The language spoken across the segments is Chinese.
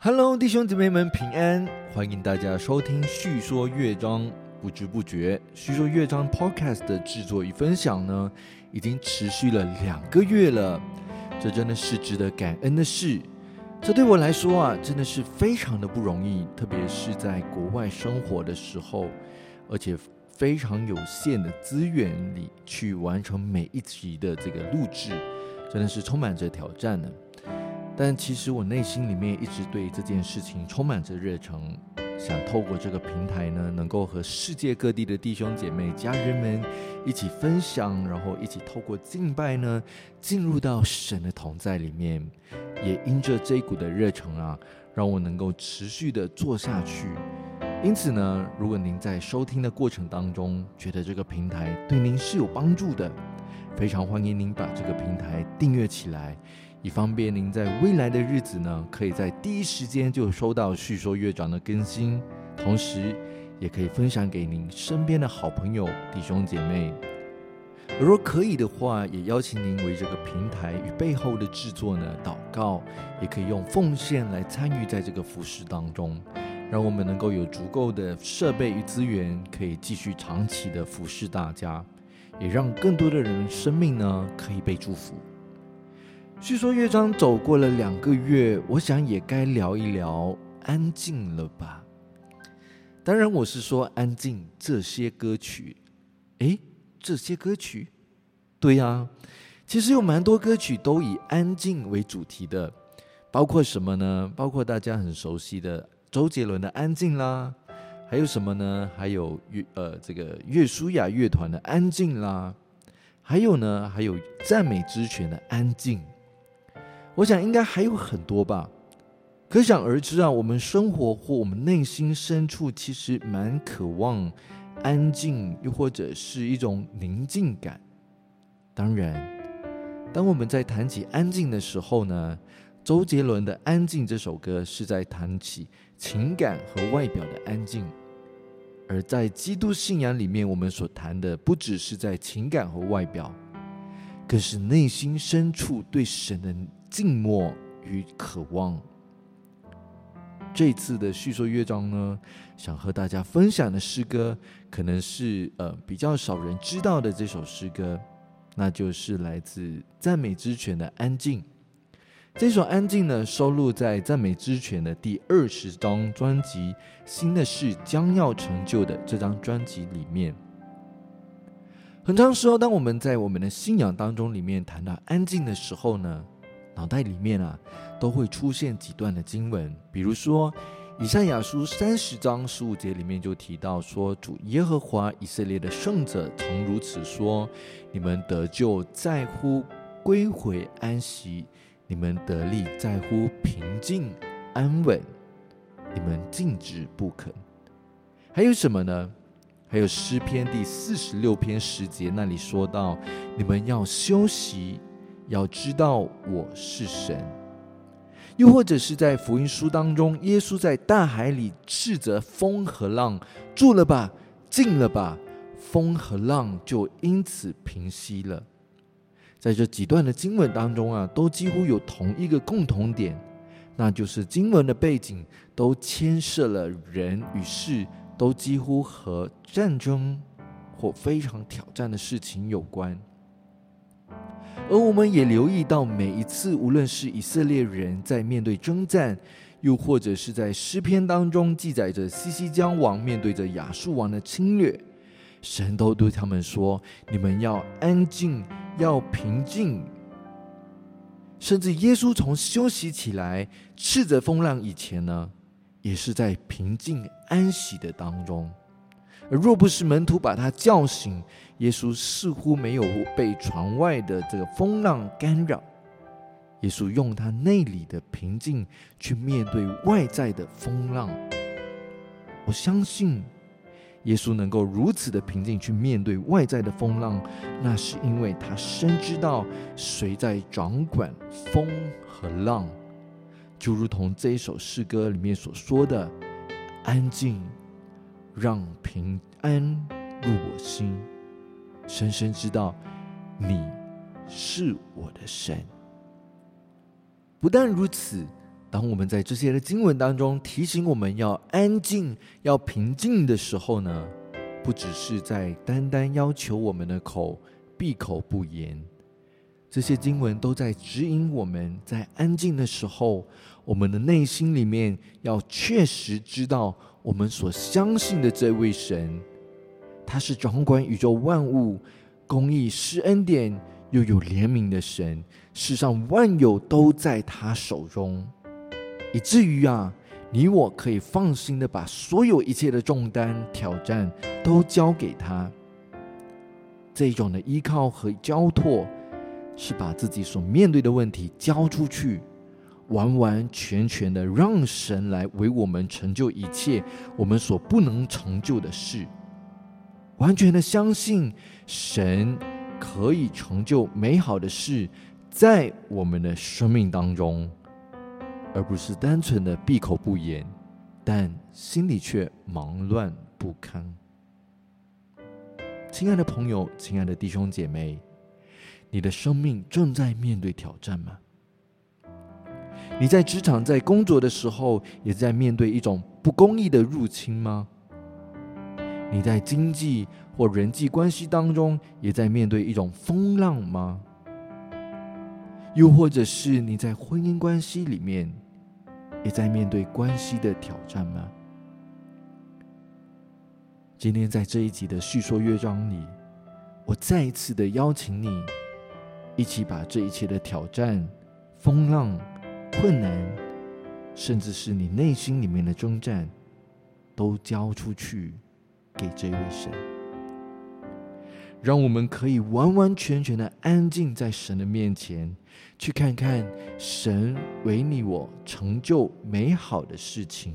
Hello， 弟兄姐妹们平安，欢迎大家收听叙说乐章。不知不觉，叙说乐章 Podcast 的制作与分享呢，已经持续了2个月了。这真的是值得感恩的事。这对我来说啊，真的是非常的不容易，特别是在国外生活的时候，而且非常有限的资源里去完成每一集的这个录制，真的是充满着挑战的。但其实我内心里面一直对这件事情充满着热忱，想透过这个平台呢，能够和世界各地的弟兄姐妹、家人们一起分享，然后一起透过敬拜呢，进入到神的同在里面。也因着这一股的热忱啊，让我能够持续的做下去。因此呢，如果您在收听的过程当中，觉得这个平台对您是有帮助的，非常欢迎您把这个平台订阅起来，以方便您在未来的日子呢，可以在第一时间就收到叙说乐章的更新，同时也可以分享给您身边的好朋友、弟兄姐妹。而若可以的话，也邀请您为这个平台与背后的制作呢祷告，也可以用奉献来参与在这个服事当中，让我们能够有足够的设备与资源，可以继续长期的服事大家，也让更多的人生命呢可以被祝福。叙说乐章走过了2个月，我想也该聊一聊安静了吧。当然我是说安静这些歌曲。这些歌曲？对啊，其实有蛮多歌曲都以安静为主题的，包括什么呢？包括大家很熟悉的周杰伦的《安静》啦，还有什么呢？还有这个约书亚乐团的《安静》啦，还有赞美之泉的《安静》。我想应该还有很多吧。可想而知啊，我们生活或我们内心深处其实蛮渴望安静，又或者是一种宁静感。当然，当我们在谈起安静的时候呢，周杰伦的《安静》这首歌是在谈起情感和外表的安静。而在基督信仰里面，我们所谈的不只是在情感和外表，更是内心深处对神的静默与渴望。这一次的叙说乐章呢，想和大家分享的诗歌，可能是比较少人知道的这首诗歌，那就是来自赞美之泉的《安静》。这首《安静》呢，收录在赞美之泉的第20张专辑《新的事将要成就》的这张专辑里面。很长时候，当我们在我们的信仰当中里面谈到安静的时候呢，脑袋里面都会出现几段的经文，比如说以赛亚书30章15节里面就提到说，主耶和华以色列的圣者曾如此说：你们得救在乎归回安息，你们得力在乎平静安稳，你们静止不肯。还有什么呢？还有诗篇第46篇10节那里说到，你们要休息，要知道我是神。又或者是在福音书当中，耶稣在大海里斥责风和浪，住了吧，静了吧，风和浪就因此平息了。在这几段的经文当中都几乎有同一个共同点，那就是经文的背景都牵涉了人与事，都几乎和战争或非常挑战的事情有关。而我们也留意到，每一次无论是以色列人在面对征战，又或者是在诗篇当中记载着西西将王面对着亚述王的侵略，神都对他们说，你们要安静，要平静。甚至耶稣从休息起来斥责风浪以前呢，也是在平静安息的当中。而若不是门徒把他叫醒，耶稣似乎没有被船外的这个风浪干扰。耶稣用他内里的平静去面对外在的风浪。我相信耶稣能够如此的平静去面对外在的风浪，那是因为他深知道谁在掌管风和浪，就如同这一首诗歌里面所说的，安静，让平安入我心，深深知道你是我的神。不但如此， 当我们在这些的经文当中提醒我们要安静、要平静的时候呢，不只是在单单要求我们的口闭口不言，这些经文都在指引我们在安静的时候，我们的内心里面要确实知道我们所相信的这位神，他是掌管宇宙万物、公义施恩典又有怜悯的神，世上万有都在他手中，以至于你我可以放心的把所有一切的重担挑战都交给他。这种的依靠和交托，是把自己所面对的问题交出去，完完全全的让神来为我们成就一切我们所不能成就的事，完全的相信神可以成就美好的事在我们的生命当中，而不是单纯的闭口不言，但心里却忙乱不堪。亲爱的朋友，亲爱的弟兄姐妹，你的生命正在面对挑战吗？你在职场、在工作的时候，也在面对一种不公义的入侵吗？你在经济或人际关系当中，也在面对一种风浪吗？又或者是你在婚姻关系里面，也在面对关系的挑战吗？今天在这一集的叙说乐章里，我再一次的邀请你，一起把这一切的挑战、风浪、困难，甚至是你内心里面的征战，都交出去给这位神，让我们可以完完全全的安静在神的面前，去看看神为你我成就美好的事情。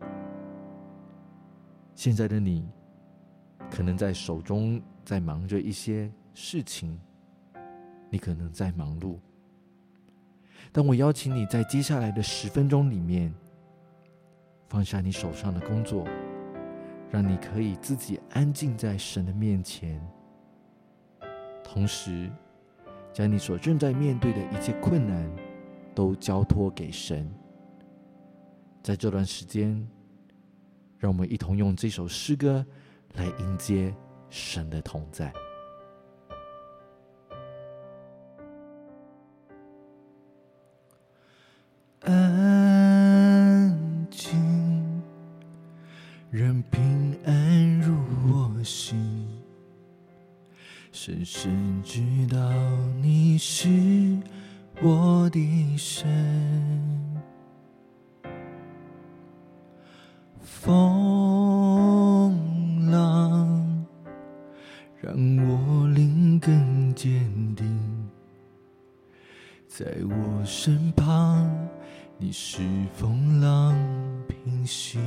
现在的你可能在手中在忙着一些事情，你可能在忙碌，但我邀请你在接下来的10分钟里面，放下你手上的工作，让你可以自己安静在神的面前，同时将你所正在面对的一切困难都交托给神。在这段时间，让我们一同用这首诗歌来迎接神的同在。安静，让平安入我心，深深知道你是我的神。风浪让我灵更坚定，在我身旁，你是风浪平息。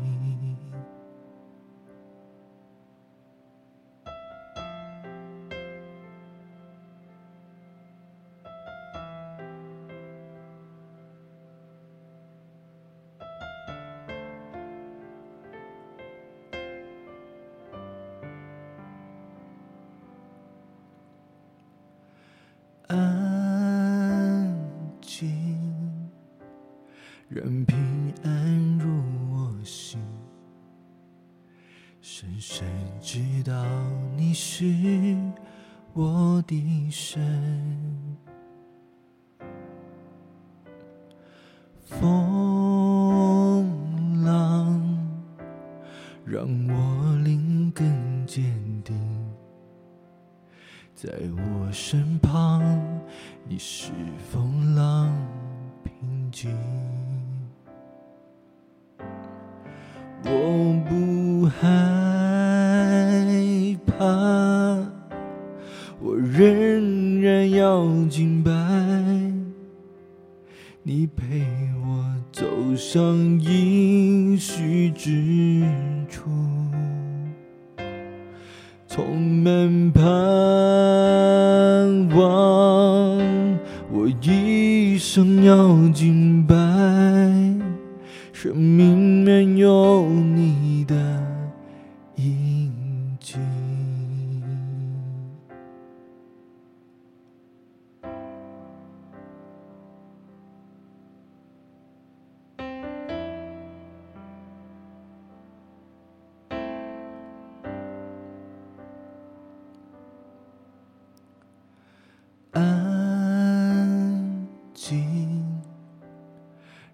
安静，让平安入我心，深深知道你是我的神。风浪让我灵更坚定，在我身旁，你是风浪平静。我不害怕，我仍然要敬拜，你陪我走向应许之处，充满盼望，我一生要敬拜，生命没有你的印记。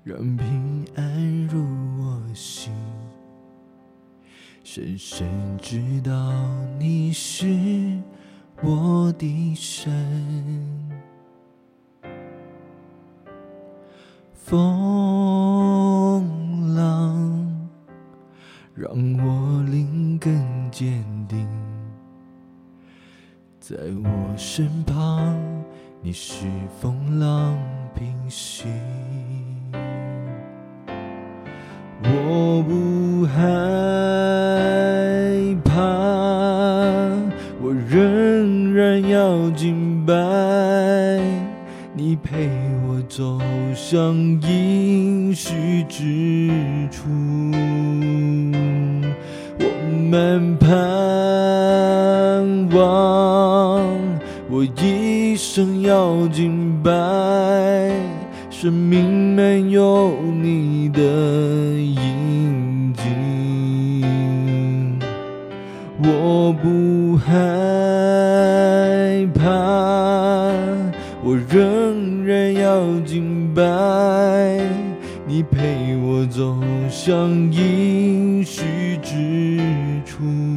让平安入我心，深深知道你是我的神。风浪让我灵更坚定，在我身旁，你是风浪平息。我不害怕，我仍然要敬拜，你陪我走向应许之处。我们盼望，我一生要敬拜，生命没有你的印记。我不害怕，我仍然要敬拜，你陪我走向应许之处。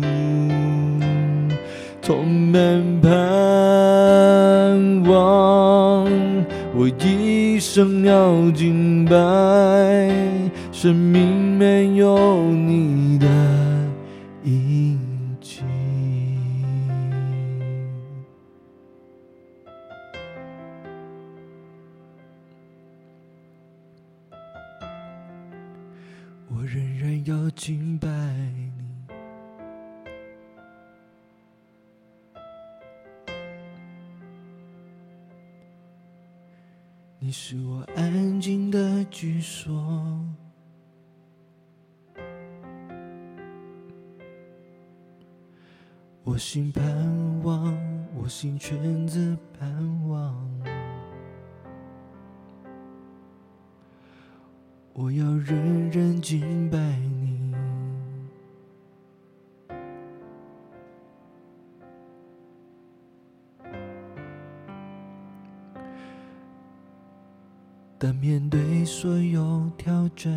充满盼望，我一生要敬拜，生命没有你的印记。我仍然要敬拜你，你是我安静的居所，我心盼望，我心选择盼望，我要认真敬拜你。但面对所有挑战，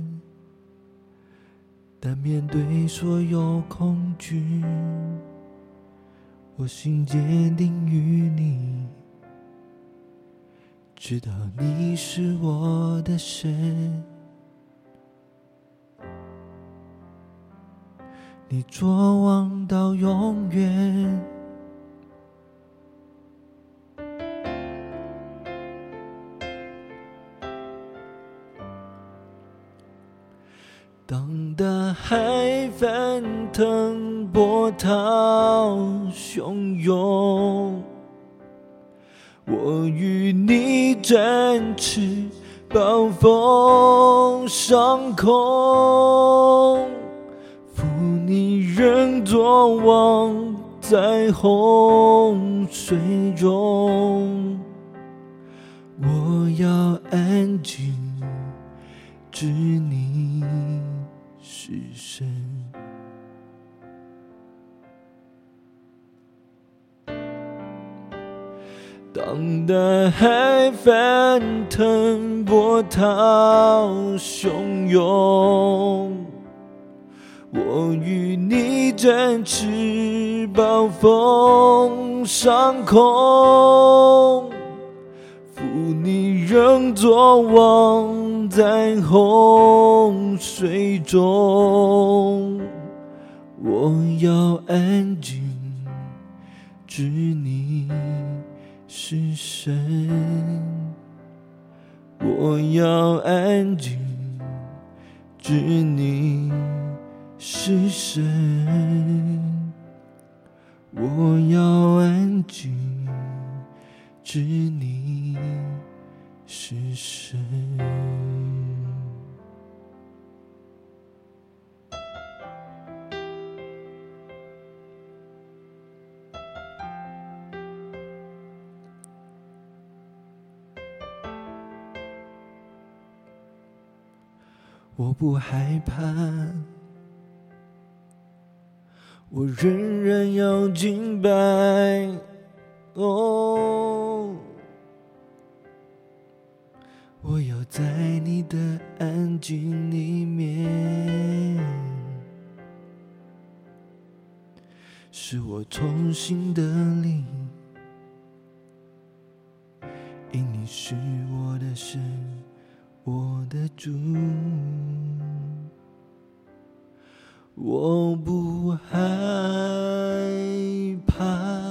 但面对所有恐惧，我心坚定于你，知道你是我的神，你作王到永远。当大海翻腾，波涛汹涌，我与你展翅，暴风上空，负你仍作王在洪水中，我要安静，知你是神。当大海翻腾，波涛汹涌，我与你展翅，暴风上空，负你仍作王在洪水中，我要安静，知你是神，我要安静，知你是神，我要安静，知你是神。我不害怕，我仍然要敬拜。哦， 我要在你的安静里面，使我重新的灵，因你是我的神，我的主。我不害怕，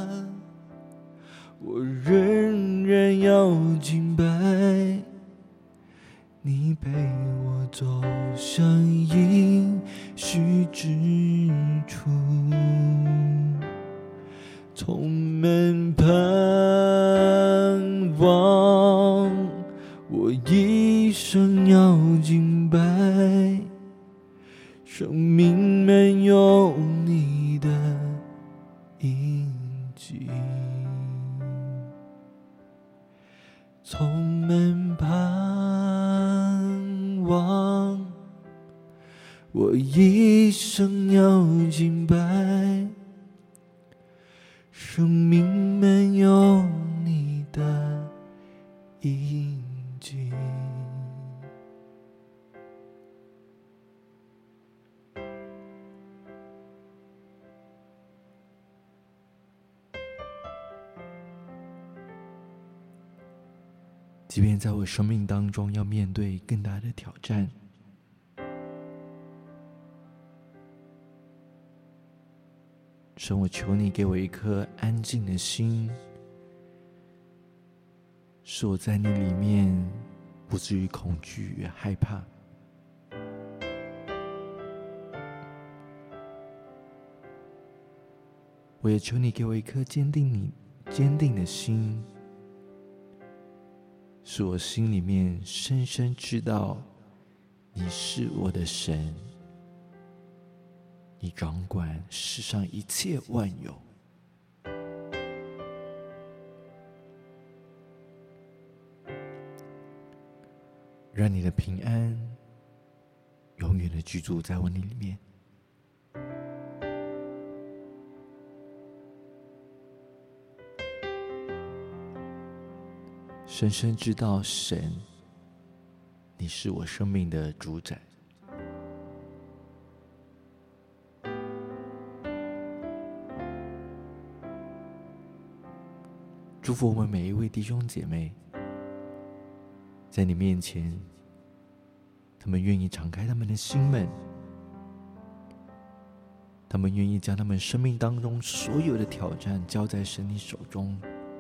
我仍然要敬拜，你陪我走向应许之处，充满盼望，我一生要敬拜，生命没有你的印记，充满盼望，我一生要敬拜，生命没有你的印记。即便在我生命当中要面对更大的挑战，神，我求你给我一颗安静的心，使我在你里面不至于恐惧与害怕。我也求你给我一颗坚定的心，使我心里面深深知道你是我的神，你掌管世上一切万有。让你的平安永远的居住在我里面。深深知道神，你是我生命的主宰。祝福我们每一位弟兄姐妹，在你面前，他们愿意敞开他们的心门，他们愿意将他们生命当中所有的挑战交在神你手中。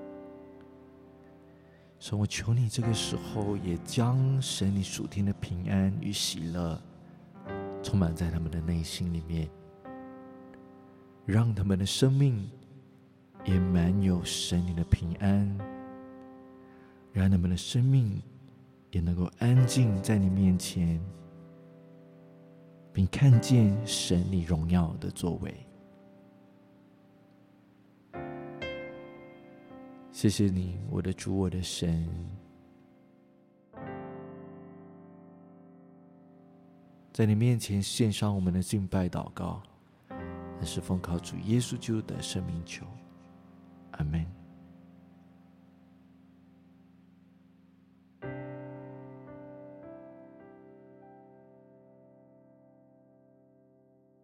神，我求你这个时候也将神你属天的平安与喜乐充满在他们的内心里面，让他们的生命也满有神你的平安，让他们的生命也能够安静在你面前，并看见神你荣耀的作为。谢谢你，我的主，我的神。在你面前献上我们的敬拜祷告，那是奉靠主耶稣基督的圣名求，阿们。